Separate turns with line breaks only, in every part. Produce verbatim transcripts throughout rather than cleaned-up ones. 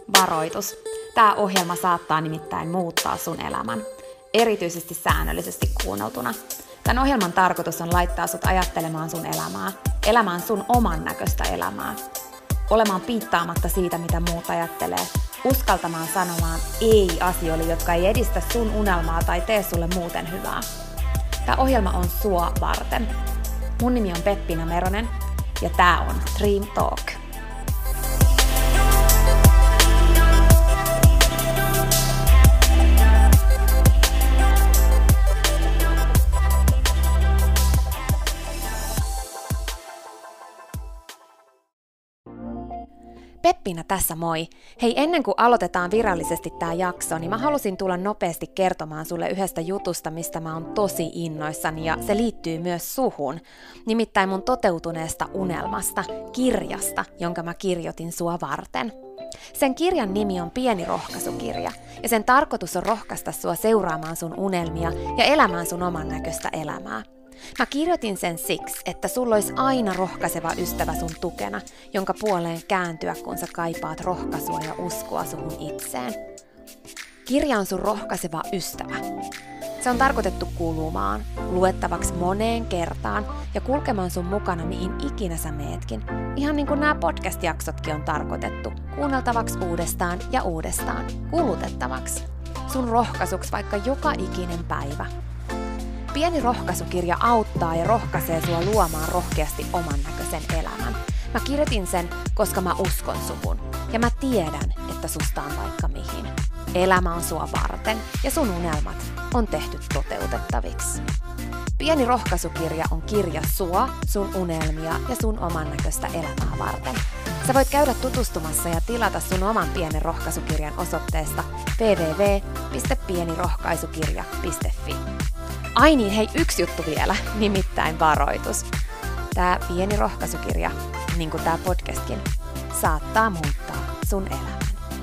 Varoitus. Tämä ohjelma saattaa nimittäin muuttaa sun elämän, erityisesti säännöllisesti kuunneltuna. Tämän ohjelman tarkoitus on laittaa sut ajattelemaan sun elämää, elämään sun oman näköistä elämää, olemaan piittaamatta siitä, mitä muut ajattelee, uskaltamaan sanomaan ei asioille, jotka ei edistä sun unelmaa tai tee sulle muuten hyvää. Tämä ohjelma on sua varten. Mun nimi on Peppina Meronen ja tää on Dream Talk. Peppina tässä moi! Hei, ennen kuin aloitetaan virallisesti tää jakso, niin mä halusin tulla nopeasti kertomaan sulle yhdestä jutusta, mistä mä oon tosi innoissani ja se liittyy myös suhun. Nimittäin mun toteutuneesta unelmasta, kirjasta, jonka mä kirjoitin sua varten. Sen kirjan nimi on Pieni rohkaisukirja ja sen tarkoitus on rohkaista sua seuraamaan sun unelmia ja elämään sun oman näköistä elämää. Mä kirjoitin sen siksi, että sulla olisi aina rohkaiseva ystävä sun tukena, jonka puoleen kääntyä, kun sä kaipaat rohkaisua ja uskoa suhun itseen. Kirja on sun rohkaiseva ystävä. Se on tarkoitettu kuulumaan, luettavaksi moneen kertaan ja kulkemaan sun mukana mihin ikinä sä meetkin. Ihan niin kuin nämä podcast-jaksotkin on tarkoitettu, kuunneltavaksi uudestaan ja uudestaan, kulutettavaksi. Sun rohkaisuksi vaikka joka ikinen päivä. Pieni rohkaisukirja auttaa ja rohkaisee sua luomaan rohkeasti oman näköisen elämän. Mä kirjoitin sen, koska mä uskon suhun. Ja mä tiedän, että susta on vaikka mihin. Elämä on sua varten ja sun unelmat on tehty toteutettaviksi. Pieni rohkaisukirja on kirja sua, sun unelmia ja sun oman näköistä elämää varten. Sä voit käydä tutustumassa ja tilata sun oman pienen rohkaisukirjan osoitteesta double-u double-u double-u piste pienirohkaisukirja piste fi. Ai niin, hei, yksi juttu vielä, nimittäin varoitus. Tää pieni rohkaisukirja, niin kuin tää podcastkin, saattaa muuttaa sun elämän.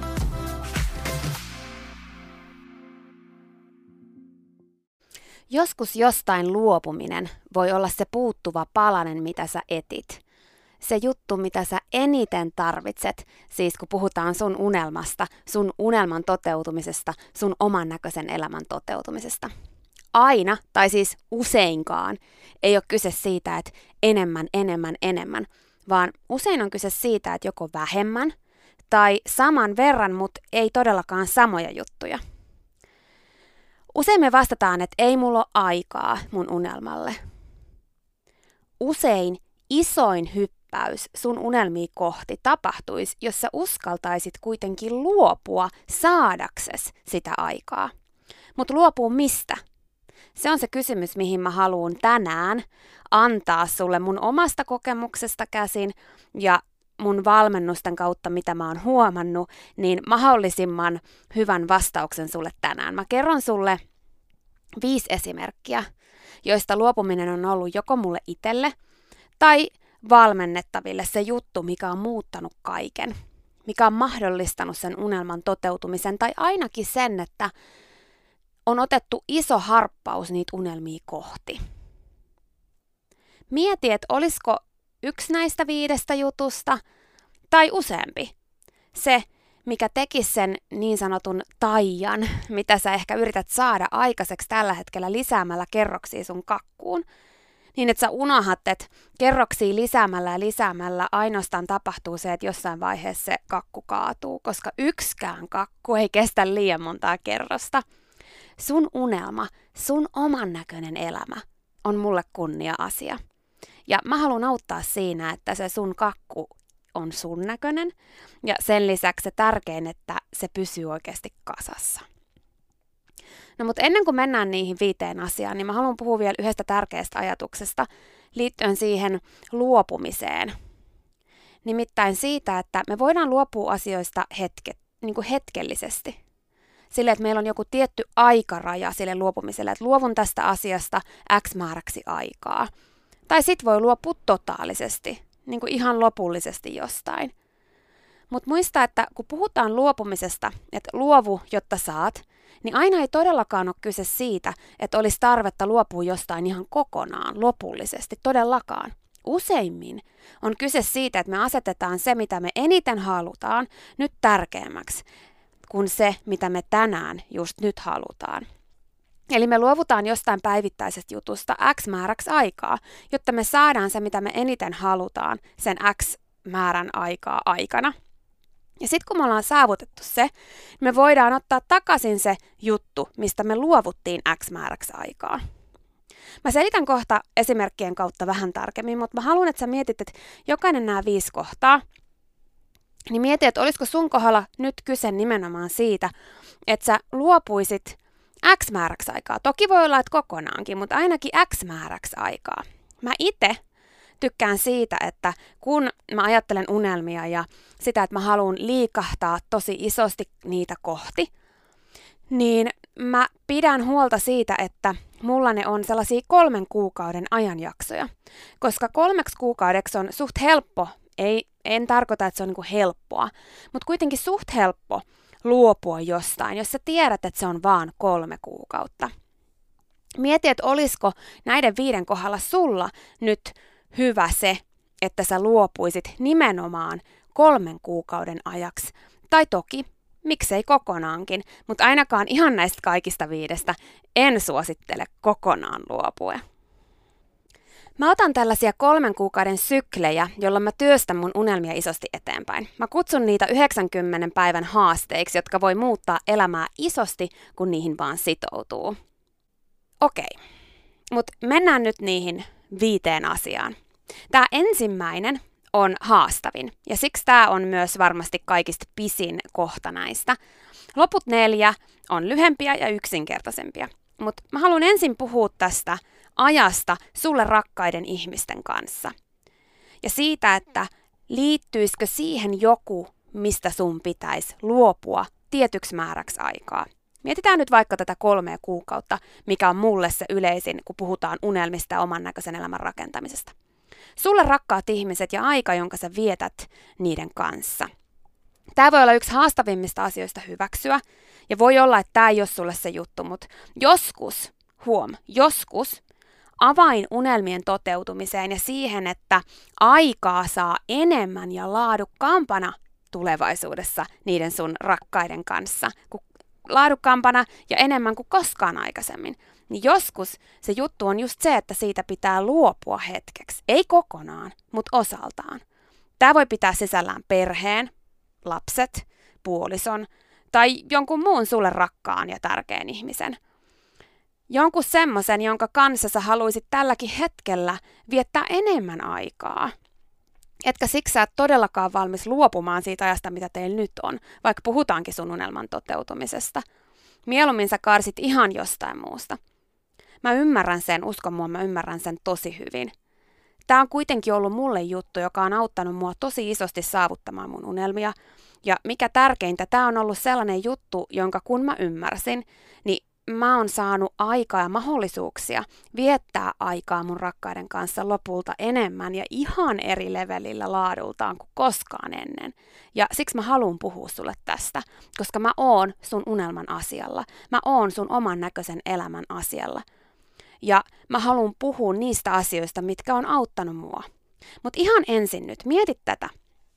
Joskus jostain luopuminen voi olla se puuttuva palanen, mitä sä etit. Se juttu, mitä sä eniten tarvitset, siis kun puhutaan sun unelmasta, sun unelman toteutumisesta, sun oman näköisen elämän toteutumisesta. Aina, tai siis useinkaan, ei ole kyse siitä, että enemmän, enemmän, enemmän, vaan usein on kyse siitä, että joko vähemmän tai saman verran, mutta ei todellakaan samoja juttuja. Usein me vastataan, että ei mulla ole aikaa mun unelmalle. Usein isoin hyppäys sun unelmia kohti tapahtuisi, jos sä uskaltaisit kuitenkin luopua saadakses sitä aikaa. Mutta luopuu mistä? Se on se kysymys, mihin mä haluan tänään antaa sulle mun omasta kokemuksesta käsin ja mun valmennusten kautta, mitä mä oon huomannut, niin mahdollisimman hyvän vastauksen sulle tänään. Mä kerron sulle viisi esimerkkiä, joista luopuminen on ollut joko mulle itselle tai valmennettaville se juttu, mikä on muuttanut kaiken, mikä on mahdollistanut sen unelman toteutumisen tai ainakin sen, että on otettu iso harppaus niitä unelmia kohti. Mieti, että olisiko yksi näistä viidestä jutusta tai useampi se, mikä tekisi sen niin sanotun taian, mitä sä ehkä yrität saada aikaiseksi tällä hetkellä lisäämällä kerroksia sun kakkuun. Niin, että sä unohat, että kerroksia lisäämällä ja lisäämällä ainoastaan tapahtuu se, että jossain vaiheessa se kakku kaatuu, koska yksikään kakku ei kestä liian montaa kerrosta. Sun unelma, sun oman näköinen elämä on mulle kunnia-asia. Ja mä haluan auttaa siinä, että se sun kakku on sun näköinen ja sen lisäksi se tärkein, että se pysyy oikeasti kasassa. No mutta ennen kuin mennään niihin viiteen asiaan, niin mä haluan puhua vielä yhdestä tärkeästä ajatuksesta liittyen siihen luopumiseen. Nimittäin siitä, että me voidaan luopua asioista hetke, niin kuin hetkellisesti. Sille, että meillä on joku tietty aikaraja sille luopumiselle, että luovun tästä asiasta X määräksi aikaa. Tai sit voi luopua totaalisesti, niin kuin ihan lopullisesti jostain. Mutta muista, että kun puhutaan luopumisesta, että luovu, jotta saat, niin aina ei todellakaan ole kyse siitä, että olisi tarvetta luopua jostain ihan kokonaan, lopullisesti, todellakaan. Useimmin on kyse siitä, että me asetetaan se, mitä me eniten halutaan, nyt tärkeämmäksi kuin se, mitä me tänään just nyt halutaan. Eli me luovutaan jostain päivittäisestä jutusta X määräksi aikaa, jotta me saadaan se, mitä me eniten halutaan sen X määrän aikaa aikana. Ja sitten kun me ollaan saavutettu se, me voidaan ottaa takaisin se juttu, mistä me luovuttiin X määräksi aikaa. Mä selitän kohta esimerkkien kautta vähän tarkemmin, mutta mä haluan, että sä mietit, että jokainen nämä viisi kohtaa, niin mieti, että olisiko sun kohdalla nyt kyse nimenomaan siitä, että sä luopuisit X määräksi aikaa. Toki voi olla, että kokonaankin, mutta ainakin X määräksi aikaa. Mä itse tykkään siitä, että kun mä ajattelen unelmia ja sitä, että mä haluan liikahtaa tosi isosti niitä kohti, niin mä pidän huolta siitä, että mulla ne on sellaisia kolmen kuukauden ajanjaksoja, koska kolmeksi kuukaudeksi on suht helppo, ei, en tarkoita, että se on niin kuin helppoa, mutta kuitenkin suht helppo luopua jostain, jos sä tiedät, että se on vaan kolme kuukautta. Mieti, että olisiko näiden viiden kohdalla sulla nyt hyvä se, että sä luopuisit nimenomaan kolmen kuukauden ajaksi. Tai toki, miksei kokonaankin, mutta ainakaan ihan näistä kaikista viidestä en suosittele kokonaan luopua. Mä otan tällaisia kolmen kuukauden syklejä, jolla mä työstän mun unelmia isosti eteenpäin. Mä kutsun niitä yhdeksänkymmenen päivän haasteiksi, jotka voi muuttaa elämää isosti, kun niihin vaan sitoutuu. Okei, mutta mennään nyt niihin viiteen asiaan. Tämä ensimmäinen on haastavin, ja siksi tämä on myös varmasti kaikista pisin kohta näistä. Loput neljä on lyhempiä ja yksinkertaisempia. Mutta mä haluan ensin puhua tästä ajasta sulle rakkaiden ihmisten kanssa. Ja siitä, että liittyisikö siihen joku, mistä sun pitäisi luopua tietyksi määräksi aikaa. Mietitään nyt vaikka tätä kolmea kuukautta, mikä on mulle se yleisin, kun puhutaan unelmista ja oman näköisen elämän rakentamisesta. Sulle rakkaat ihmiset ja aika, jonka sä vietät niiden kanssa. Tämä voi olla yksi haastavimmista asioista hyväksyä, ja voi olla, että tämä ei ole sulle se juttu, mutta joskus, huom, joskus avain unelmien toteutumiseen ja siihen, että aikaa saa enemmän ja laadukkaampana tulevaisuudessa niiden sun rakkaiden kanssa, laadukkaampana ja enemmän kuin koskaan aikaisemmin, niin joskus se juttu on just se, että siitä pitää luopua hetkeksi. Ei kokonaan, mutta osaltaan. Tämä voi pitää sisällään perheen, lapset, puolison tai jonkun muun sulle rakkaan ja tärkeän ihmisen. Jonkun semmoisen, jonka kanssa sä haluisit tälläkin hetkellä viettää enemmän aikaa. Etkä siksi sä et todellakaan valmis luopumaan siitä ajasta, mitä teillä nyt on, vaikka puhutaankin sun unelman toteutumisesta. Mieluummin sä karsit ihan jostain muusta. Mä ymmärrän sen, uskon mua, mä ymmärrän sen tosi hyvin. Tää on kuitenkin ollut mulle juttu, joka on auttanut mua tosi isosti saavuttamaan mun unelmia. Ja mikä tärkeintä, tää on ollut sellainen juttu, jonka kun mä ymmärsin, niin mä oon saanut aikaa ja mahdollisuuksia viettää aikaa mun rakkaiden kanssa lopulta enemmän ja ihan eri levelillä laadultaan kuin koskaan ennen. Ja siksi mä haluan puhua sulle tästä, koska mä oon sun unelman asialla. Mä oon sun oman näköisen elämän asialla. Ja mä haluan puhua niistä asioista, mitkä on auttanut mua. Mutta ihan ensin nyt, mietit tätä.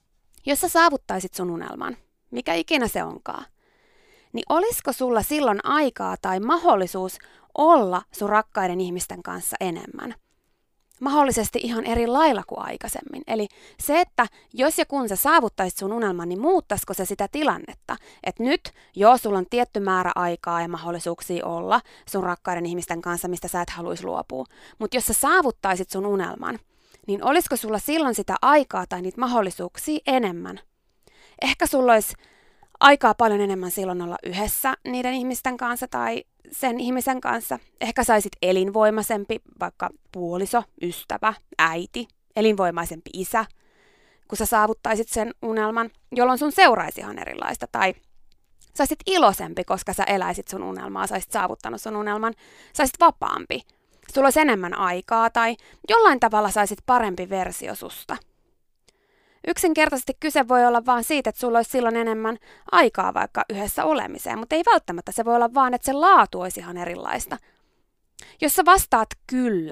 Jos sä saavuttaisit sun unelman, mikä ikinä se onkaan, niin olisiko sulla silloin aikaa tai mahdollisuus olla sun rakkaiden ihmisten kanssa enemmän? Mahdollisesti ihan eri lailla kuin aikaisemmin. Eli se, että jos ja kun sä saavuttaisit sun unelman, niin muuttaisiko se sitä tilannetta? Että nyt, joo, sulla on tietty määrä aikaa ja mahdollisuuksia olla sun rakkaiden ihmisten kanssa, mistä sä et haluaisi luopua. Mutta jos sä saavuttaisit sun unelman, niin olisiko sulla silloin sitä aikaa tai niitä mahdollisuuksia enemmän? Ehkä sulla olisi aikaa paljon enemmän silloin olla yhdessä niiden ihmisten kanssa tai sen ihmisen kanssa. Ehkä saisit elinvoimaisempi, vaikka puoliso, ystävä, äiti, elinvoimaisempi isä, kun sä saavuttaisit sen unelman, jolloin sun seuraisi ihan erilaista. Tai saisit iloisempi, koska sä eläisit sun unelmaa, saisit saavuttanut sun unelman, saisit vapaampi. Sulla olisi enemmän aikaa tai jollain tavalla saisit parempi versio susta. Yksinkertaisesti kyse voi olla vaan siitä, että sulla olisi silloin enemmän aikaa vaikka yhdessä olemiseen, mutta ei välttämättä se voi olla vaan, että se laatu olisi ihan erilaista. Jos sä vastaat kyllä,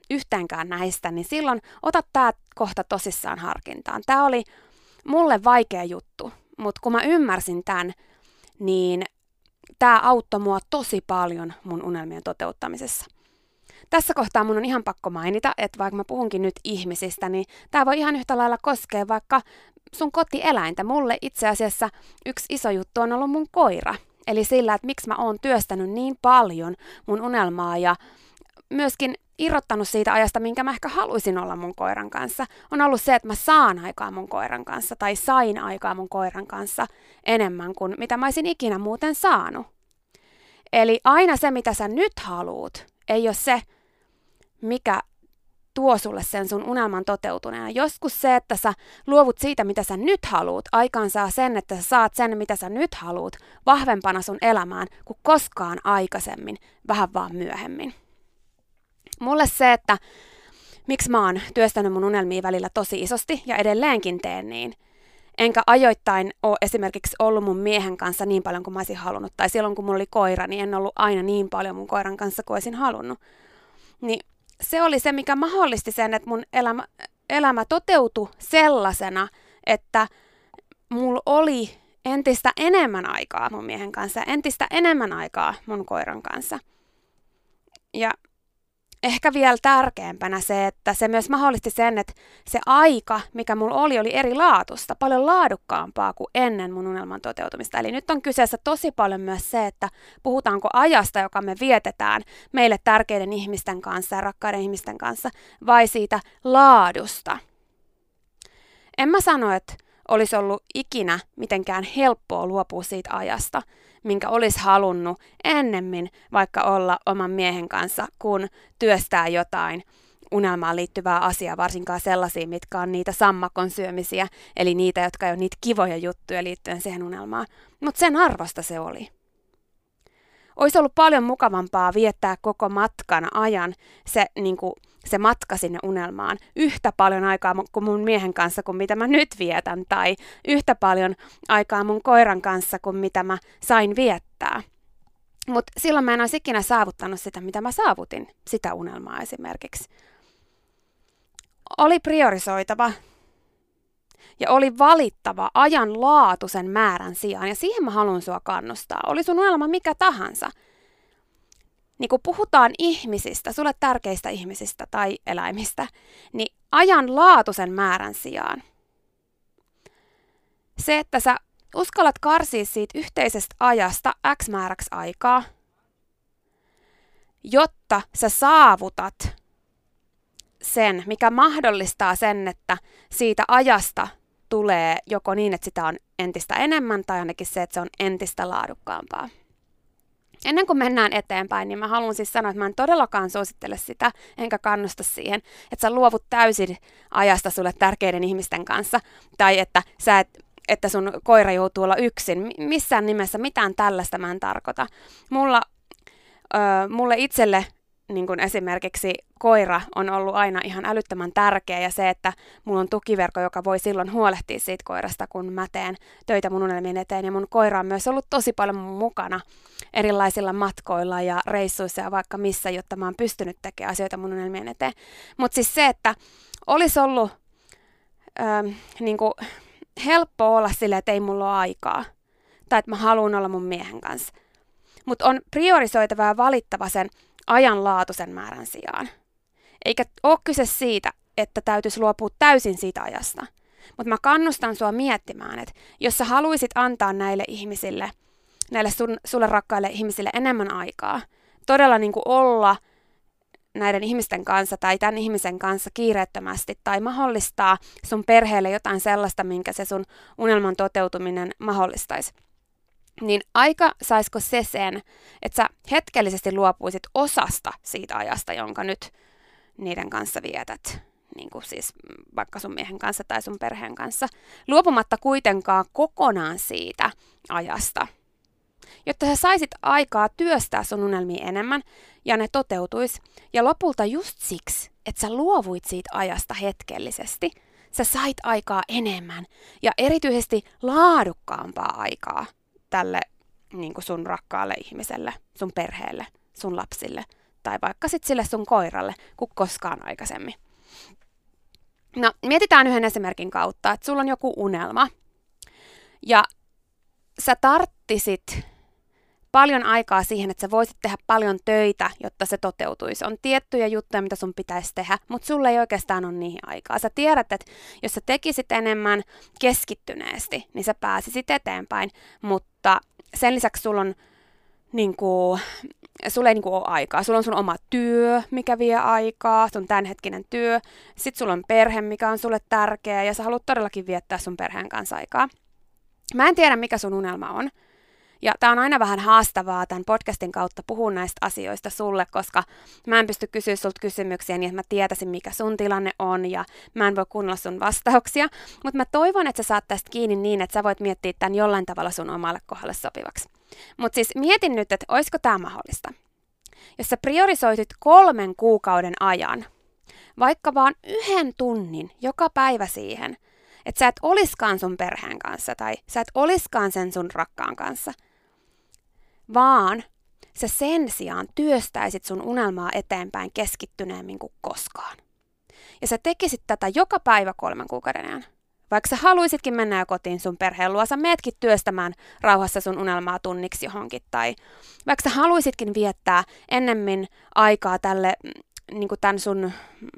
yhteenkään näistä, niin silloin ota tää kohta tosissaan harkintaan. Tää oli mulle vaikea juttu, mutta kun mä ymmärsin tämän, niin tää auttoi mua tosi paljon mun unelmien toteuttamisessa. Tässä kohtaa mun on ihan pakko mainita, että vaikka mä puhunkin nyt ihmisistä, niin tää voi ihan yhtä lailla koskea vaikka sun kotieläintä. Mulle itse asiassa yksi iso juttu on ollut mun koira. Eli sillä, että miksi mä oon työstänyt niin paljon mun unelmaa ja myöskin irrottanut siitä ajasta, minkä mä ehkä haluaisin olla mun koiran kanssa, on ollut se, että mä saan aikaa mun koiran kanssa tai sain aikaa mun koiran kanssa enemmän kuin mitä mä olisin ikinä muuten saanut. Eli aina se, mitä sä nyt haluut, ei ole se, mikä tuo sulle sen sun unelman toteutuneena. Joskus se, että sä luovut siitä, mitä sä nyt haluut, aikaan saa sen, että sä saat sen, mitä sä nyt haluut, vahvempana sun elämään kuin koskaan aikaisemmin, vähän vaan myöhemmin. Mulle se, että miksi mä oon työstänyt mun unelmia välillä tosi isosti ja edelleenkin teen niin, enkä ajoittain ole esimerkiksi ollut mun miehen kanssa niin paljon kuin mä olisin halunnut, tai silloin kun mulla oli koira, niin en ollut aina niin paljon mun koiran kanssa kuin olisin halunnut. Niin se oli se, mikä mahdollisti sen, että mun elämä, elämä toteutui sellaisena, että mulla oli entistä enemmän aikaa mun miehen kanssa, entistä enemmän aikaa mun koiran kanssa. Ja ehkä vielä tärkeämpänä se, että se myös mahdollisti sen, että se aika, mikä mulla oli, oli eri laatusta, paljon laadukkaampaa kuin ennen mun unelman toteutumista. Eli nyt on kyseessä tosi paljon myös se, että puhutaanko ajasta, joka me vietetään meille tärkeiden ihmisten kanssa ja rakkaiden ihmisten kanssa, vai siitä laadusta. En mä sano, että olisi ollut ikinä mitenkään helppoa luopua siitä ajasta, minkä olisi halunnut ennemmin vaikka olla oman miehen kanssa, kun työstää jotain unelmaan liittyvää asiaa, varsinkaan sellaisia, mitkä on niitä sammakon syömisiä, eli niitä, jotka ei ole niitä kivoja juttuja liittyen siihen unelmaan. Mutta sen arvosta se oli. Olisi ollut paljon mukavampaa viettää koko matkan ajan se, niin kuin, se matka sinne unelmaan yhtä paljon aikaa kuin mun miehen kanssa kuin mitä mä nyt vietän, tai yhtä paljon aikaa mun koiran kanssa kuin mitä mä sain viettää. Mutta silloin mä en olisi ikinä saavuttanut sitä, mitä mä saavutin, sitä unelmaa esimerkiksi. Oli priorisoitava ja oli valittava ajan laatu sen määrän sijaan, ja siihen mä haluan sua kannustaa. Oli sun unelma mikä tahansa. Niin kun puhutaan ihmisistä, sulle tärkeistä ihmisistä tai eläimistä, niin ajan laatu sen määrän sijaan. Se, että sä uskallat karsia siitä yhteisestä ajasta X määräksi aikaa, jotta sä saavutat sen, mikä mahdollistaa sen, että siitä ajasta tulee joko niin, että sitä on entistä enemmän, tai ainakin se, että se on entistä laadukkaampaa. Ennen kuin mennään eteenpäin, niin mä haluan siis sanoa, että mä en todellakaan suosittele sitä, enkä kannusta siihen, että sä luovut täysin ajasta sulle tärkeiden ihmisten kanssa, tai että, sä et, että sun koira joutuu olla yksin. Missään nimessä mitään tällaista mä en tarkoita. Mulla, ö, mulle itselle niin kuin esimerkiksi koira on ollut aina ihan älyttömän tärkeä, ja se, että mulla on tukiverkko, joka voi silloin huolehtia siitä koirasta, kun mä teen töitä mun unelmien eteen, ja mun koira on myös ollut tosi paljon mukana erilaisilla matkoilla ja reissuissa ja vaikka missä, jotta mä oon pystynyt tekemään asioita mun unelmien eteen. Mutta siis se, että olisi ollut ähm, niin kuin helppo olla silleen, että ei mulla ole aikaa, tai että mä haluan olla mun miehen kanssa. Mutta on priorisoitava ja valittava sen ajanlaatuisen määrän sijaan. Eikä ole kyse siitä, että täytyisi luopua täysin siitä ajasta. Mutta mä kannustan sua miettimään, että jos sä haluisit antaa näille ihmisille, näille sun, sulle rakkaille ihmisille enemmän aikaa, todella niin kuin olla näiden ihmisten kanssa tai tämän ihmisen kanssa kiireettömästi, tai mahdollistaa sun perheelle jotain sellaista, minkä se sun unelman toteutuminen mahdollistaisi, niin aika saisiko se sen, että sä hetkellisesti luopuisit osasta siitä ajasta, jonka nyt niiden kanssa vietät, niin kuin siis vaikka sun miehen kanssa tai sun perheen kanssa, luopumatta kuitenkaan kokonaan siitä ajasta, jotta sä saisit aikaa työstää sun unelmia enemmän ja ne toteutuis. Ja lopulta just siksi, että sä luovuit siitä ajasta hetkellisesti, sä sait aikaa enemmän ja erityisesti laadukkaampaa aikaa tälle niin kuin sun rakkaalle ihmiselle, sun perheelle, sun lapsille tai vaikka sitten sille sun koiralle kuin koskaan aikaisemmin. No, mietitään yhden esimerkin kautta, että sulla on joku unelma ja sä tarttisit paljon aikaa siihen, että sä voisit tehdä paljon töitä, jotta se toteutuisi. On tiettyjä juttuja, mitä sun pitäisi tehdä, mutta sulle ei oikeastaan ole niihin aikaa. Sä tiedät, että jos sä tekisit enemmän keskittyneesti, niin sä pääsisit eteenpäin, mutta sen lisäksi sulla on niin kuin, sulla ei niin kuin ole aikaa. Sulla on sun oma työ, mikä vie aikaa, sun tämänhetkinen työ. Sitten sulla on perhe, mikä on sulle tärkeä, ja sä haluat todellakin viettää sun perheen kanssa aikaa. Mä en tiedä, mikä sun unelma on. Ja tää on aina vähän haastavaa tämän podcastin kautta puhua näistä asioista sulle, koska mä en pysty kysyä sulta kysymyksiä niin, että mä tietäisin, mikä sun tilanne on, ja mä en voi kuunnella sun vastauksia. Mutta mä toivon, että sä saat tästä kiinni niin, että sä voit miettiä tämän jollain tavalla sun omalle kohdalle sopivaksi. Mutta siis mietin nyt, että olisiko tämä mahdollista. Jos sä priorisoitit kolmen kuukauden ajan, vaikka vaan yhden tunnin joka päivä siihen, että sä et oliskaan sun perheen kanssa tai sä et oliskaan sen sun rakkaan kanssa, vaan sä sen sijaan työstäisit sun unelmaa eteenpäin keskittyneemmin kuin koskaan. Ja sä tekisit tätä joka päivä kolmen kuukauden ajan. Vaikka sä haluisitkin mennä jo kotiin sun perheen luo, sä meetkin työstämään rauhassa sun unelmaa tunniksi johonkin. Tai vaikka sä haluisitkin viettää ennemmin aikaa tälle, niin kuin tämän sun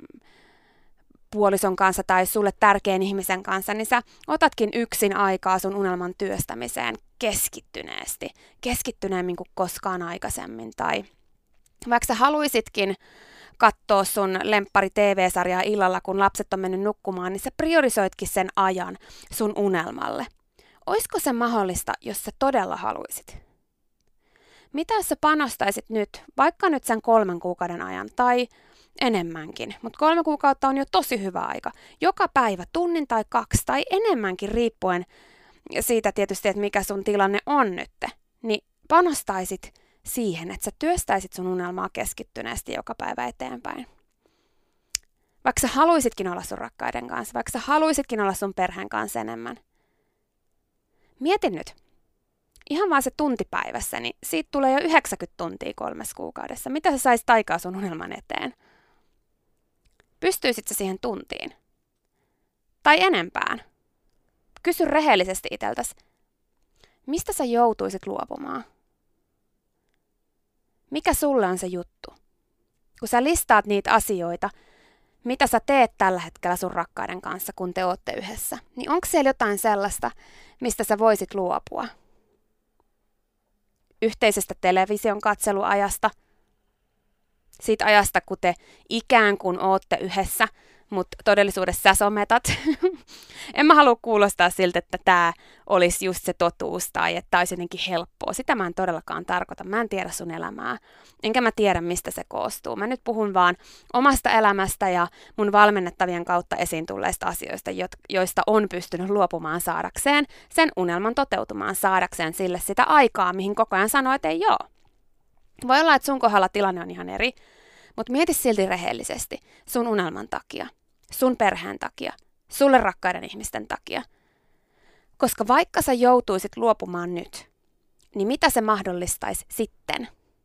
puolison kanssa tai sulle tärkeän ihmisen kanssa, niin sä otatkin yksin aikaa sun unelman työstämiseen keskittyneesti, keskittyneemmin kuin koskaan aikaisemmin. Tai vaikka sä haluisitkin katsoa sun lemppari T V-sarjaa illalla, kun lapset on mennyt nukkumaan, niin sä priorisoitkin sen ajan sun unelmalle. Olisiko se mahdollista, jos sä todella haluisit? Mitä jos sä panostaisit nyt, vaikka nyt sen kolmen kuukauden ajan, tai enemmänkin, mutta kolme kuukautta on jo tosi hyvä aika. Joka päivä tunnin tai kaksi tai enemmänkin riippuen siitä tietysti, että mikä sun tilanne on nyt, niin panostaisit siihen, että sä työstäisit sun unelmaa keskittyneesti joka päivä eteenpäin. Vaikka sä haluisitkin olla sun rakkaiden kanssa, vaikka sä haluisitkin olla sun perheen kanssa enemmän. Mieti nyt. Ihan vaan se tunti päivässä, niin siitä tulee jo yhdeksänkymmentä tuntia kolmessa kuukaudessa. Mitä sä saisit aikaa sun unelman eteen? Pystyisit sä siihen tuntiin? Tai enempään? Kysy rehellisesti itseltäsi. Mistä sä joutuisit luopumaan? Mikä sulle on se juttu? Kun sä listaat niitä asioita, mitä sä teet tällä hetkellä sun rakkaiden kanssa, kun te ootte yhdessä, niin onko siellä jotain sellaista, mistä sä voisit luopua? Yhteisestä television katseluajasta, siitä ajasta, kun te ikään kuin ootte yhdessä, mutta todellisuudessa sä sometat. En mä halua kuulostaa siltä, että tämä olisi just se totuus tai että tämä olisi jotenkin helppoa. Sitä mä en todellakaan tarkoita. Mä en tiedä sun elämää. Enkä mä tiedä, mistä se koostuu. Mä nyt puhun vaan omasta elämästä ja mun valmennettavien kautta esiin tulleista asioista, joista on pystynyt luopumaan saadakseen sen unelman toteutumaan, saadakseen sille sitä aikaa, mihin koko ajan sanoo, että ei oo. Voi olla, että sun kohdalla tilanne on ihan eri, mutta mieti silti rehellisesti sun unelman takia, sun perheen takia, sulle rakkaiden ihmisten takia. Koska vaikka sä joutuisit luopumaan nyt, niin mitä se mahdollistaisi sitten?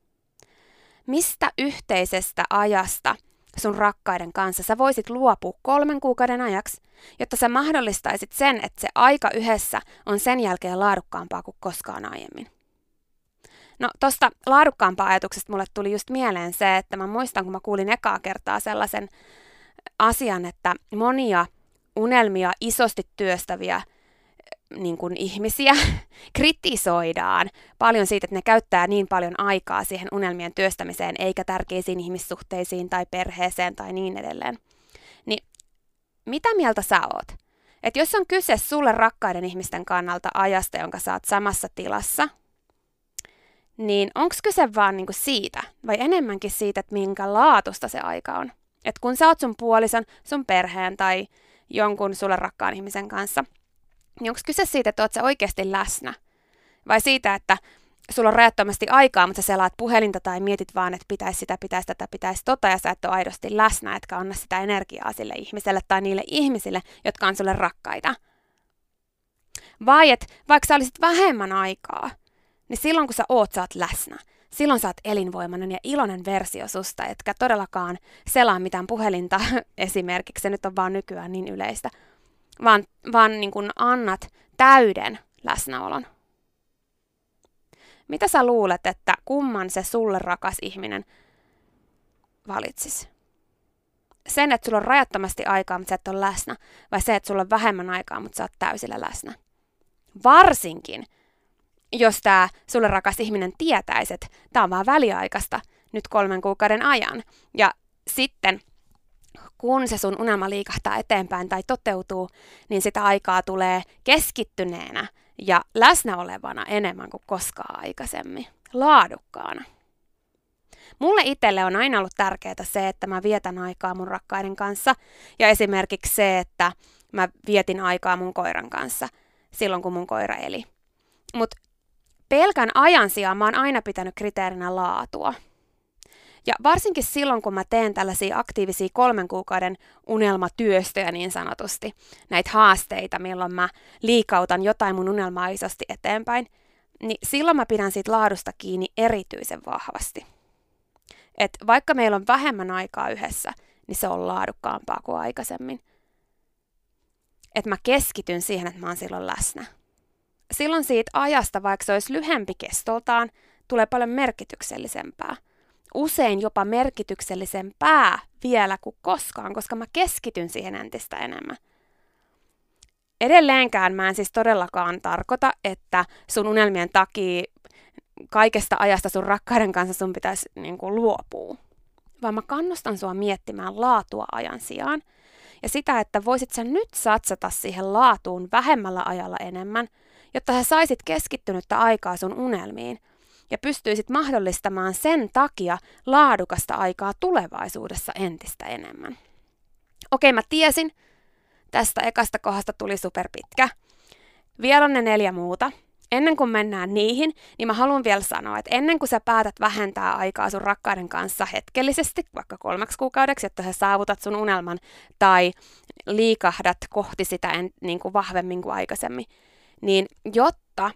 Mistä yhteisestä ajasta sun rakkaiden kanssa sä voisit luopua kolmen kuukauden ajaksi, jotta sä mahdollistaisit sen, että se aika yhdessä on sen jälkeen laadukkaampaa kuin koskaan aiemmin? No tosta laadukkaampaa ajatuksesta mulle tuli just mieleen se, että mä muistan, kun mä kuulin ekaa kertaa sellaisen asian, että monia unelmia isosti työstäviä niin kuin ihmisiä kritisoidaan paljon siitä, että ne käyttää niin paljon aikaa siihen unelmien työstämiseen, eikä tärkeisiin ihmissuhteisiin tai perheeseen tai niin edelleen. Niin mitä mieltä sä oot? Että jos on kyse sulle rakkaiden ihmisten kannalta ajasta, jonka sä oot samassa tilassa, niin onko kyse vaan niinku siitä, vai enemmänkin siitä, että minkä laatusta se aika on? Että kun sä oot sun puolison, sun perheen tai jonkun sulle rakkaan ihmisen kanssa, niin onko kyse siitä, että oot sä oikeasti läsnä? Vai siitä, että sulla on rajattomasti aikaa, mutta sä selaat puhelinta tai mietit vaan, että pitäisi sitä, pitäisi tätä, pitäisi tota, ja sä et ole aidosti läsnä, etkä anna sitä energiaa sille ihmiselle tai niille ihmisille, jotka on sulle rakkaita? Vai että vaikka sä olisit vähemmän aikaa, niin silloin kun sä oot, sä oot läsnä. silloin sä oot elinvoimainen ja iloinen versio susta, etkä todellakaan selaa mitään puhelinta esimerkiksi, se nyt on vaan nykyään niin yleistä, vaan, vaan niin kun annat täyden läsnäolon. Mitä sä luulet, että kumman se sulle rakas ihminen valitsisi? Sen, että sulla on rajattomasti aikaa, mutta sä et ole läsnä, vai se, että sulla on vähemmän aikaa, mutta sä oot täysillä läsnä? Varsinkin, jos tämä sulle rakas ihminen tietäisi, että tämä on vaan väliaikaista nyt kolmen kuukauden ajan. Ja sitten, kun se sun unelma liikahtaa eteenpäin tai toteutuu, niin sitä aikaa tulee keskittyneenä ja läsnä olevana enemmän kuin koskaan aikaisemmin. Laadukkaana. Mulle itselle on aina ollut tärkeää se, että mä vietän aikaa mun rakkaiden kanssa. Ja esimerkiksi se, että mä vietin aikaa mun koiran kanssa silloin, kun mun koira eli. Mutta pelkän ajan sijaan mä oon aina pitänyt kriteerinä laatua. Ja varsinkin silloin, kun mä teen tällaisia aktiivisia kolmen kuukauden unelmatyöstöjä niin sanotusti, näitä haasteita, milloin mä liikautan jotain mun unelmaa isosti eteenpäin, niin silloin mä pidän siitä laadusta kiinni erityisen vahvasti. Et vaikka meillä on vähemmän aikaa yhdessä, niin se on laadukkaampaa kuin aikaisemmin. Että mä keskityn siihen, että mä oon silloin läsnä. Silloin siitä ajasta, vaikka se olisi lyhempi kestoltaan, tulee paljon merkityksellisempää. Usein jopa merkityksellisempää vielä kuin koskaan, koska mä keskityn siihen entistä enemmän. Edelleenkään mä en siis todellakaan tarkoita, että sun unelmien takia kaikesta ajasta sun rakkaiden kanssa sun pitäisi niin kuin luopua. Vaan mä kannustan sua miettimään laatua ajan sijaan. Ja sitä, että voisit sä nyt satsata siihen laatuun vähemmällä ajalla enemmän, jotta sä saisit keskittynyttä aikaa sun unelmiin ja pystyisit mahdollistamaan sen takia laadukasta aikaa tulevaisuudessa entistä enemmän. Okei, mä tiesin, tästä ekasta kohdasta tuli superpitkä. Vielä on ne neljä muuta. Ennen kuin mennään niihin, niin mä haluan vielä sanoa, että ennen kuin sä päätät vähentää aikaa sun rakkaiden kanssa hetkellisesti, vaikka kolmeksi kuukaudeksi, jotta sä saavutat sun unelman tai liikahdat kohti sitä en, niin kuin vahvemmin kuin aikaisemmin, niin jotta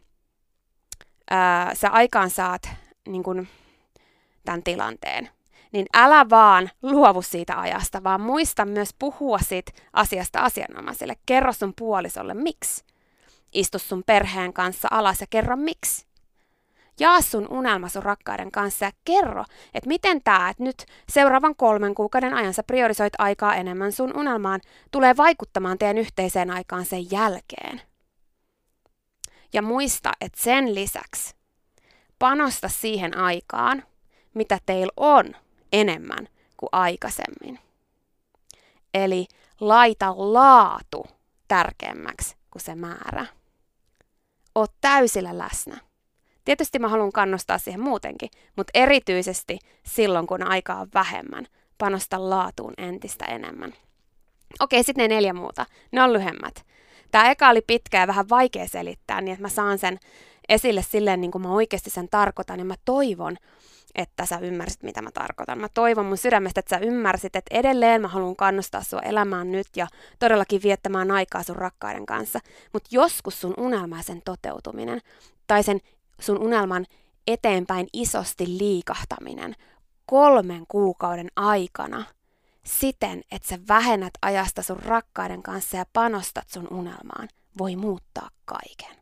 ää, sä aikaan saat niin kuin tämän tilanteen, niin älä vaan luovu siitä ajasta, vaan muista myös puhua siitä asiasta asianomaisille. Kerro sun puolisolle, miksi. Istu sun perheen kanssa alas ja kerro miksi. Jaa sun unelma sun rakkaiden kanssa ja kerro, että miten tää, että nyt seuraavan kolmen kuukauden ajan sä priorisoit aikaa enemmän sun unelmaan, tulee vaikuttamaan teidän yhteiseen aikaan sen jälkeen. Ja muista, että sen lisäksi panosta siihen aikaan, mitä teillä on enemmän kuin aikaisemmin. Eli laita laatu tärkeämmäksi kuin se määrä. Oot täysillä läsnä. Tietysti mä haluan kannustaa siihen muutenkin, mutta erityisesti silloin, kun aikaa on vähemmän, panosta laatuun entistä enemmän. Okei, sitten ne neljä muuta. Ne on lyhyemmät. Tää eka oli pitkä ja vähän vaikea selittää, niin että mä saan sen esille silleen, niin kuin mä oikeasti sen tarkoitan, ja mä toivon, että sä ymmärsit, mitä mä tarkoitan. Mä toivon mun sydämestä, että sä ymmärsit, että edelleen mä haluan kannustaa sua elämään nyt ja todellakin viettämään aikaa sun rakkaiden kanssa. Mutta joskus sun unelma ja sen toteutuminen tai sen sun unelman eteenpäin isosti liikahtaminen kolmen kuukauden aikana siten, että sä vähennät ajasta sun rakkaiden kanssa ja panostat sun unelmaan, voi muuttaa kaiken.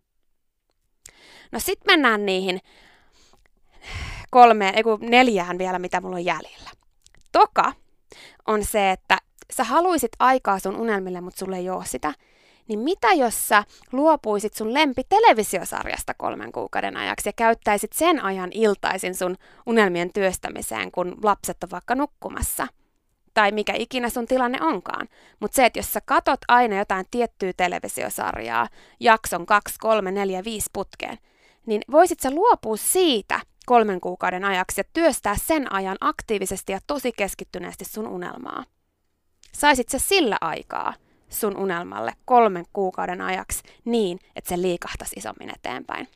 No sit mennään niihin kolmeen, ei kun neljään vielä, mitä mulla on jäljellä. Toka on se, että sä haluisit aikaa sun unelmille, mutta sulle ei ole sitä. Niin mitä jos sä luopuisit sun lempitelevisiosarjasta kolmen kuukauden ajaksi ja käyttäisit sen ajan iltaisin sun unelmien työstämiseen, kun lapset on vaikka nukkumassa? Tai mikä ikinä sun tilanne onkaan. Mutta se, että jos sä katot aina jotain tiettyä televisiosarjaa, jakson kaksi, kolme, neljä, viisi putkeen, niin voisit sä luopua siitä kolmen kuukauden ajaksi ja työstää sen ajan aktiivisesti ja tosi keskittyneesti sun unelmaa. Saisit sä sillä aikaa sun unelmalle kolmen kuukauden ajaksi niin, että se liikahtaisi isommin eteenpäin.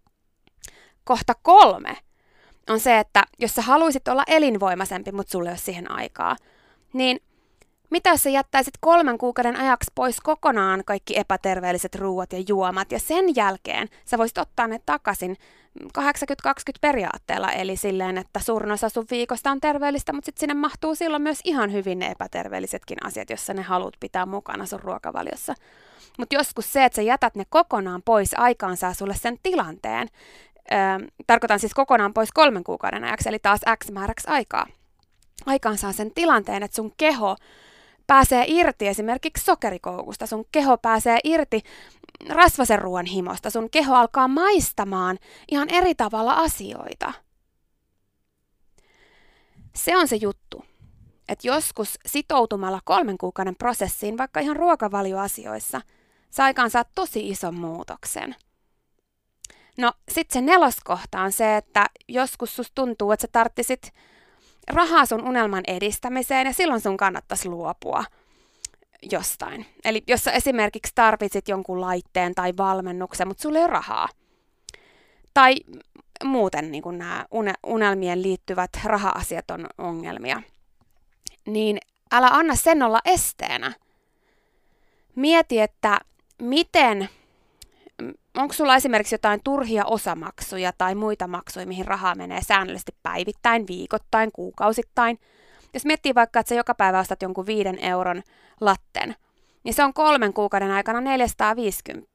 Kohta kolme on se, että jos sä haluisit olla elinvoimaisempi, mutta sulle ei ole siihen aikaa, niin Mitä jos sä jättäisit kolmen kuukauden ajaksi pois kokonaan kaikki epäterveelliset ruuat ja juomat, ja sen jälkeen sä voisit ottaa ne takaisin kahdeksankymmentä kaksikymmentä periaatteella, eli silleen, että suurin osa sun viikosta on terveellistä, mutta sitten sinne mahtuu silloin myös ihan hyvin ne epäterveellisetkin asiat, jos sä ne haluat pitää mukana sun ruokavaliossa. Mutta joskus se, että sä jätät ne kokonaan pois, aikaan saa sulle sen tilanteen. Öö, tarkoitan siis kokonaan pois kolmen kuukauden ajaksi, eli taas X määräksi aikaa. Aikaan saa sen tilanteen, että sun keho pääsee irti esimerkiksi sokerikoukusta, sun keho pääsee irti rasvasen ruoan himosta, sun keho alkaa maistamaan ihan eri tavalla asioita. Se on se juttu, että joskus sitoutumalla kolmen kuukauden prosessiin, vaikka ihan ruokavalioasioissa, sä aikaan saat tosi ison muutoksen. No sit se neloskohta on se, että joskus susta tuntuu, että sä tarttisit rahaa sun unelman edistämiseen ja silloin sun kannattaisi luopua jostain. Eli jos sä esimerkiksi tarvitsit jonkun laitteen tai valmennuksen, mutta sulla ei ole rahaa. Tai muuten niin kun nämä unelmien liittyvät raha-asiat on ongelmia. Niin älä anna sen olla esteenä. Mieti, että miten, onko sulla esimerkiksi jotain turhia osamaksuja tai muita maksuja, mihin rahaa menee säännöllisesti päivittäin, viikoittain, kuukausittain. Jos miettii vaikka, että sä joka päivä ostat jonkun viiden euron latten, niin se on kolmen kuukauden aikana neljäsataaviisikymmentä.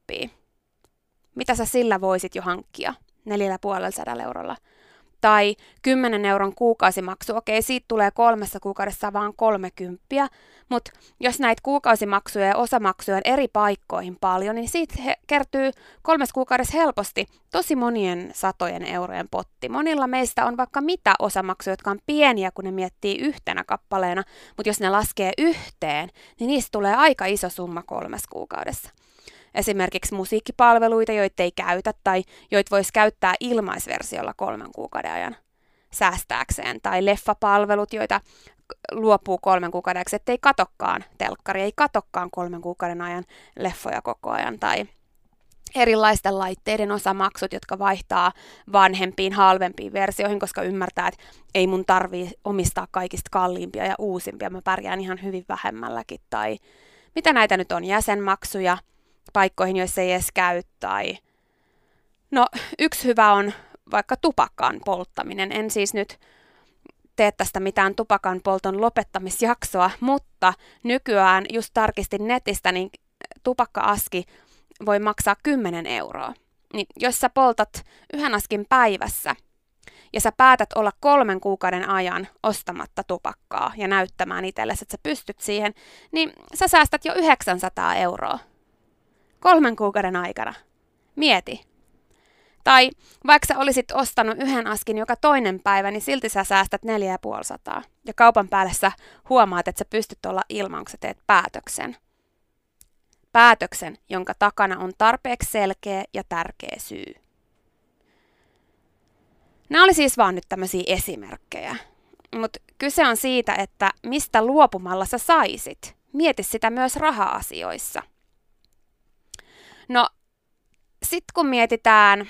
Mitä sä sillä voisit jo hankkia? Neljällä puolella sadalla eurolla. Tai kymmenen euron kuukausimaksu, okei, siitä tulee kolmessa kuukaudessa vaan kolmekymppiä, mutta jos näitä kuukausimaksuja ja osamaksuja on eri paikkoihin paljon, niin siitä he, kertyy kolmes kuukaudessa helposti tosi monien satojen eurojen potti. Monilla meistä on vaikka mitä osamaksuja, jotka on pieniä, kun ne miettii yhtenä kappaleena, mutta jos ne laskee yhteen, niin niistä tulee aika iso summa kolmes kuukaudessa. Esimerkiksi musiikkipalveluita, joita ei käytä tai joita voisi käyttää ilmaisversiolla kolmen kuukauden ajan säästääkseen. Tai leffapalvelut, joita luopuu kolmen kuukauden ajaksi, ettei katokkaan telkkari, ei katokkaan kolmen kuukauden ajan leffoja koko ajan. Tai erilaisten laitteiden osamaksut, jotka vaihtaa vanhempiin, halvempiin versioihin, koska ymmärtää, että ei mun tarvii omistaa kaikista kalliimpia ja uusimpia, mä pärjään ihan hyvin vähemmälläkin. Tai mitä näitä nyt on, jäsenmaksuja paikkoihin, joissa ei edes käy, tai no yksi hyvä on vaikka tupakan polttaminen. En siis nyt tee tästä mitään tupakan polton lopettamisjaksoa, mutta nykyään just tarkistin netistä, niin tupakka-aski voi maksaa kymmenen euroa. Niin jos sä poltat yhden askin päivässä ja sä päätät olla kolmen kuukauden ajan ostamatta tupakkaa ja näyttämään itsellesi, että sä pystyt siihen, niin sä säästät jo yhdeksänsataa euroa. Kolmen kuukauden aikana. Mieti. Tai vaikka sä olisit ostanut yhden askin joka toinen päivä, niin silti sä säästät neljäsataaviisikymmentä. Ja kaupan päälle sä huomaat, että sä pystyt olla ilman, kun sä teet päätöksen. Päätöksen, jonka takana on tarpeeksi selkeä ja tärkeä syy. Nämä oli siis vaan nyt tämmöisiä esimerkkejä. Mutta kyse on siitä, että mistä luopumalla sä saisit. Mieti sitä myös raha-asioissa. No, sitten kun mietitään,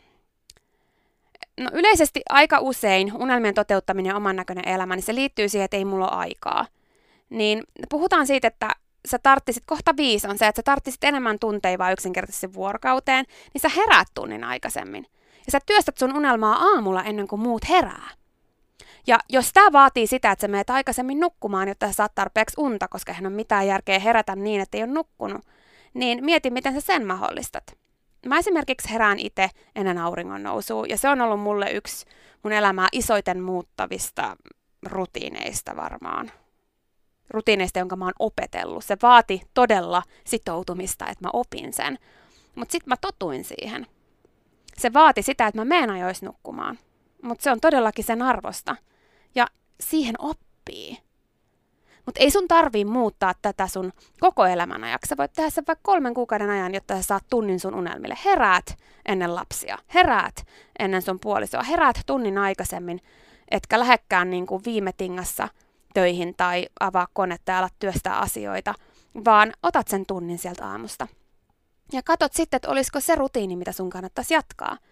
no yleisesti aika usein unelmien toteuttaminen ja oman näköinen elämä, niin se liittyy siihen, että ei mulla ole aikaa. Niin puhutaan siitä, että sä tarttisit, kohta viisi on se, että sä tarttisit enemmän tunteja vaan yksinkertaisesti vuorokauteen, niin sä heräät tunnin aikaisemmin. Ja sä työstät sun unelmaa aamulla ennen kuin muut herää. Ja jos tää vaatii sitä, että sä meet aikaisemmin nukkumaan, jotta sä saat tarpeeksi unta, koska eihän ole mitään järkeä herätä niin, että ei ole nukkunut, niin mieti, miten sä sen mahdollistat. Mä esimerkiksi herään itse ennen auringon nousua, ja se on ollut mulle yksi mun elämää isoiten muuttavista rutiineista varmaan. Rutiineista, jonka mä oon opetellut. Se vaati todella sitoutumista, että mä opin sen. Mutta sitten mä totuin siihen. Se vaati sitä, että mä menen ajoissa nukkumaan. Mutta se on todellakin sen arvosta. Ja siihen oppii. Mutta ei sun tarvii muuttaa tätä sun koko elämän ajaksi. Sä voit tehdä sen vaikka kolmen kuukauden ajan, jotta sä saat tunnin sun unelmille. Heräät ennen lapsia, heräät ennen sun puolisoa, heräät tunnin aikaisemmin, etkä lähekkään niin kuin viime tingassa töihin tai avaa konetta ja ala työstää asioita, vaan otat sen tunnin sieltä aamusta. Ja katot sitten, että olisiko se rutiini, mitä sun kannattaisi jatkaa.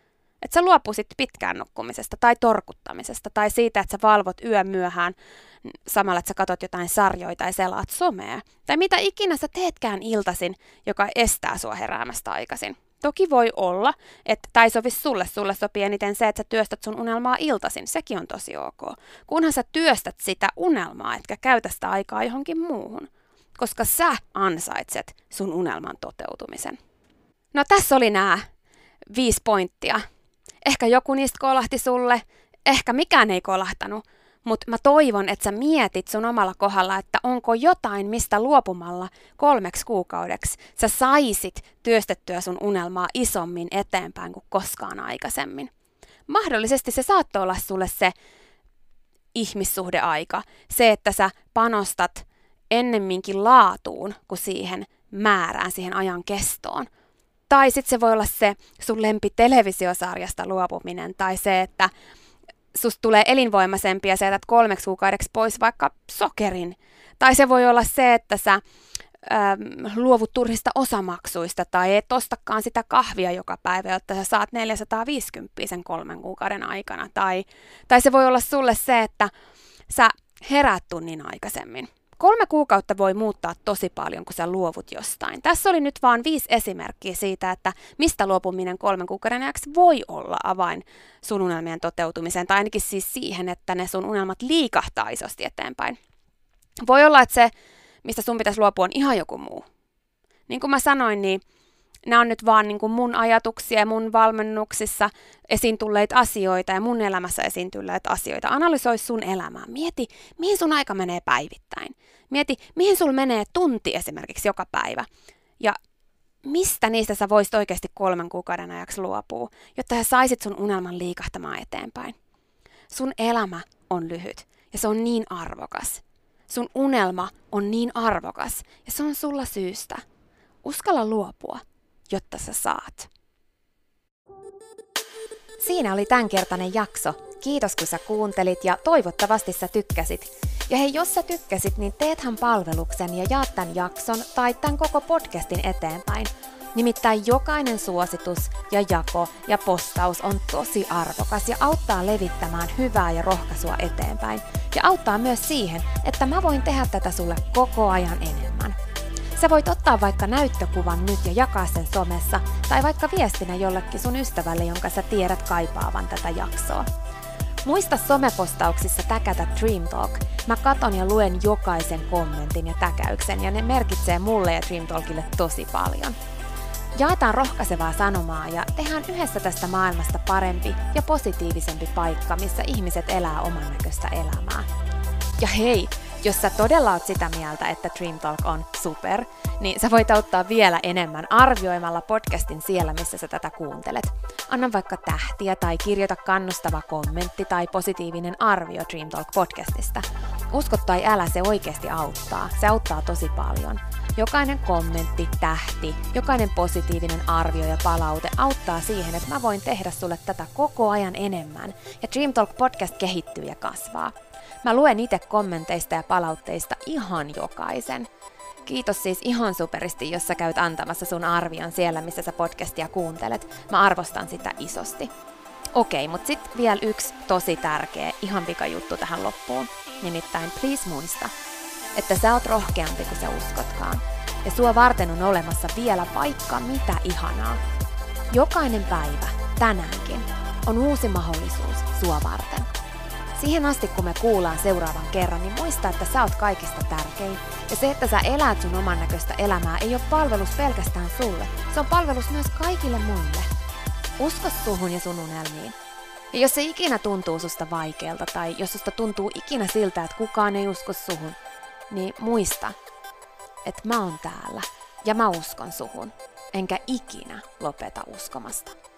Että sä luopuisit pitkään nukkumisesta tai torkuttamisesta tai siitä, että sä valvot yön myöhään samalla, että sä katot jotain sarjoja tai selaat somea. Tai mitä ikinä sä teetkään iltaisin, joka estää sua heräämästä aikaisin. Toki voi olla, että tämä ei sovi sulle. Sulle sopii eniten se, että sä työstät sun unelmaa iltaisin. Sekin on tosi ok. Kunhan sä työstät sitä unelmaa, etkä käytä sitä aikaa johonkin muuhun. Koska sä ansaitset sun unelman toteutumisen. No tässä oli nämä viisi pointtia. Ehkä joku niistä kolahti sulle, ehkä mikään ei kolahtanut. Mutta mä toivon, että sä mietit sun omalla kohdalla, että onko jotain, mistä luopumalla kolmeksi kuukaudeksi sä saisit työstettyä sun unelmaa isommin eteenpäin kuin koskaan aikaisemmin. Mahdollisesti se saattoi olla sulle se ihmissuhdeaika, se, että sä panostat ennemminkin laatuun kuin siihen määrään, siihen ajan kestoon. Tai sitten se voi olla se sun lempi televisiosarjasta luopuminen tai se, että susta tulee elinvoimaisempi ja sä jätät kolmeksi kuukaudeksi pois vaikka sokerin. Tai se voi olla se, että sä äm, luovut turhista osamaksuista tai et ostakaan sitä kahvia joka päivä, jotta sä saat neljäsataaviisikymmentä sen kolmen kuukauden aikana. Tai, tai se voi olla sulle se, että sä heräät tunnin aikaisemmin. Kolme kuukautta voi muuttaa tosi paljon, kun sä luovut jostain. Tässä oli nyt vaan viisi esimerkkiä siitä, että mistä luopuminen kolmen kuukauden ajaksi voi olla avain sun unelmien toteutumiseen, tai ainakin siis siihen, että ne sun unelmat liikahtaa isosti eteenpäin. Voi olla, että se, mistä sun pitäisi luopua, on ihan joku muu. Niin kuin mä sanoin, niin nämä on nyt vaan niin kuin mun ajatuksia ja mun valmennuksissa esiin tulleita asioita ja mun elämässä esiin tulleita asioita. Analysoi sun elämää. Mieti, mihin sun aika menee päivittäin. Mieti, mihin sul menee tunti esimerkiksi joka päivä. Ja mistä niistä sä voisit oikeasti kolmen kuukauden ajaksi luopua, jotta sä saisit sun unelman liikahtamaan eteenpäin. Sun elämä on lyhyt ja se on niin arvokas. Sun unelma on niin arvokas ja se on sulla syystä. Uskalla luopua, jotta sä saat. Siinä oli tämänkertainen jakso. Kiitos kun sä kuuntelit ja toivottavasti sä tykkäsit. Ja hei, jos sä tykkäsit, niin teethän palveluksen ja jaat tämän jakson tai tämän koko podcastin eteenpäin. Nimittäin jokainen suositus ja jako ja postaus on tosi arvokas ja auttaa levittämään hyvää ja rohkaisua eteenpäin. Ja auttaa myös siihen, että mä voin tehdä tätä sulle koko ajan enemmän. Sä voit ottaa vaikka näyttökuvan nyt ja jakaa sen somessa, tai vaikka viestinä jollekin sun ystävälle, jonka sä tiedät kaipaavan tätä jaksoa. Muista somepostauksissa täkätä Dream Talk. Mä katon ja luen jokaisen kommentin ja täkäyksen, ja ne merkitsee mulle ja Dream Talkille tosi paljon. Jaetaan rohkaisevaa sanomaa ja tehdään yhdessä tästä maailmasta parempi ja positiivisempi paikka, missä ihmiset elää oman näköistä elämää. Ja hei, jos sä todella oot sitä mieltä, että Dream Talk on super, niin sä voit auttaa vielä enemmän arvioimalla podcastin siellä, missä sä tätä kuuntelet. Anna vaikka tähtiä tai kirjoita kannustava kommentti tai positiivinen arvio Dream Talk podcastista. Usko tai älä, se oikeasti auttaa. Se auttaa tosi paljon. Jokainen kommentti, tähti, jokainen positiivinen arvio ja palaute auttaa siihen, että mä voin tehdä sulle tätä koko ajan enemmän. Ja Dream Talk podcast kehittyy ja kasvaa. Mä luen itse kommenteista ja palautteista ihan jokaisen. Kiitos siis ihan superisti, jos sä käyt antamassa sun arvion siellä, missä sä podcastia kuuntelet. Mä arvostan sitä isosti. Okei, mut sit vielä yksi tosi tärkeä, ihan pika juttu tähän loppuun. Nimittäin please muista, että sä oot rohkeampi kuin sä uskotkaan. Ja sua varten on olemassa vielä vaikka mitä ihanaa. Jokainen päivä, tänäänkin, on uusi mahdollisuus sua varten. Siihen asti, kun me kuullaan seuraavan kerran, niin muista, että sä oot kaikista tärkein. Ja se, että sä elät sun oman näköistä elämää, ei ole palvelus pelkästään sulle. Se on palvelus myös kaikille muille. Usko suhun ja sun unelmiin. Ja jos se ikinä tuntuu susta vaikealta, tai jos susta tuntuu ikinä siltä, että kukaan ei usko suhun, niin muista, että mä oon täällä ja mä uskon suhun, enkä ikinä lopeta uskomasta.